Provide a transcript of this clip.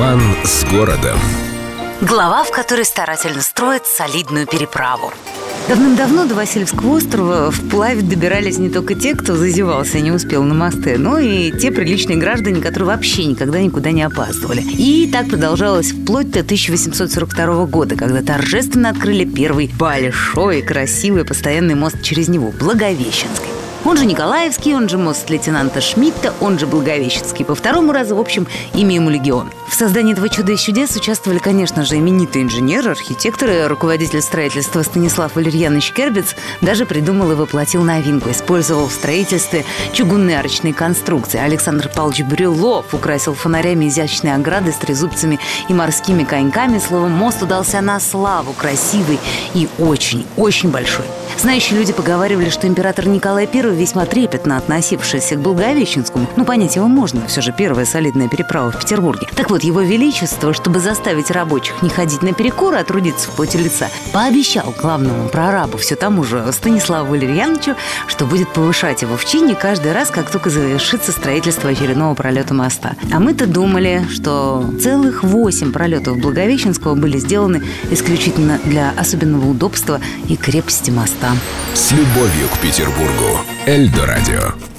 Роман с городом. Глава, в которой старательно строят солидную переправу. Давным-давно до Васильевского острова вплавь добирались не только те, кто зазевался и не успел на мосты, но и те приличные граждане, которые вообще никогда никуда не опаздывали. И так продолжалось вплоть до 1842 года, когда торжественно открыли первый большой, красивый постоянный мост через него – Благовещенский. Он же Николаевский, он же мост лейтенанта Шмидта, он же Благовещенский. По второму разу, в общем, имя ему легион. В создании этого чуда из чудес участвовали, конечно же, именитые инженеры, архитекторы. Руководитель строительства Станислав Валерьянович Кербец даже придумал и воплотил новинку. Использовал в строительстве чугунные арочные конструкции. Александр Павлович Брюллов украсил фонарями изящные ограды с трезубцами и морскими коньками. Словом, мост удался на славу, красивый и очень большой. Знающие люди поговаривали, что император Николай I, весьма трепетно относившийся к Благовещенскому, понять его можно, все же первая солидная переправа в Петербурге. Так вот, его величество, чтобы заставить рабочих не ходить наперекор, а трудиться в поте лица, пообещал главному прорабу, все тому же Станиславу Валерьяновичу, что будет повышать его в чине каждый раз, как только завершится строительство очередного пролета моста. А мы-то думали, что целых 8 пролетов Благовещенского были сделаны исключительно для особенного удобства и крепости моста. С любовью к Петербургу. Эльдо радио.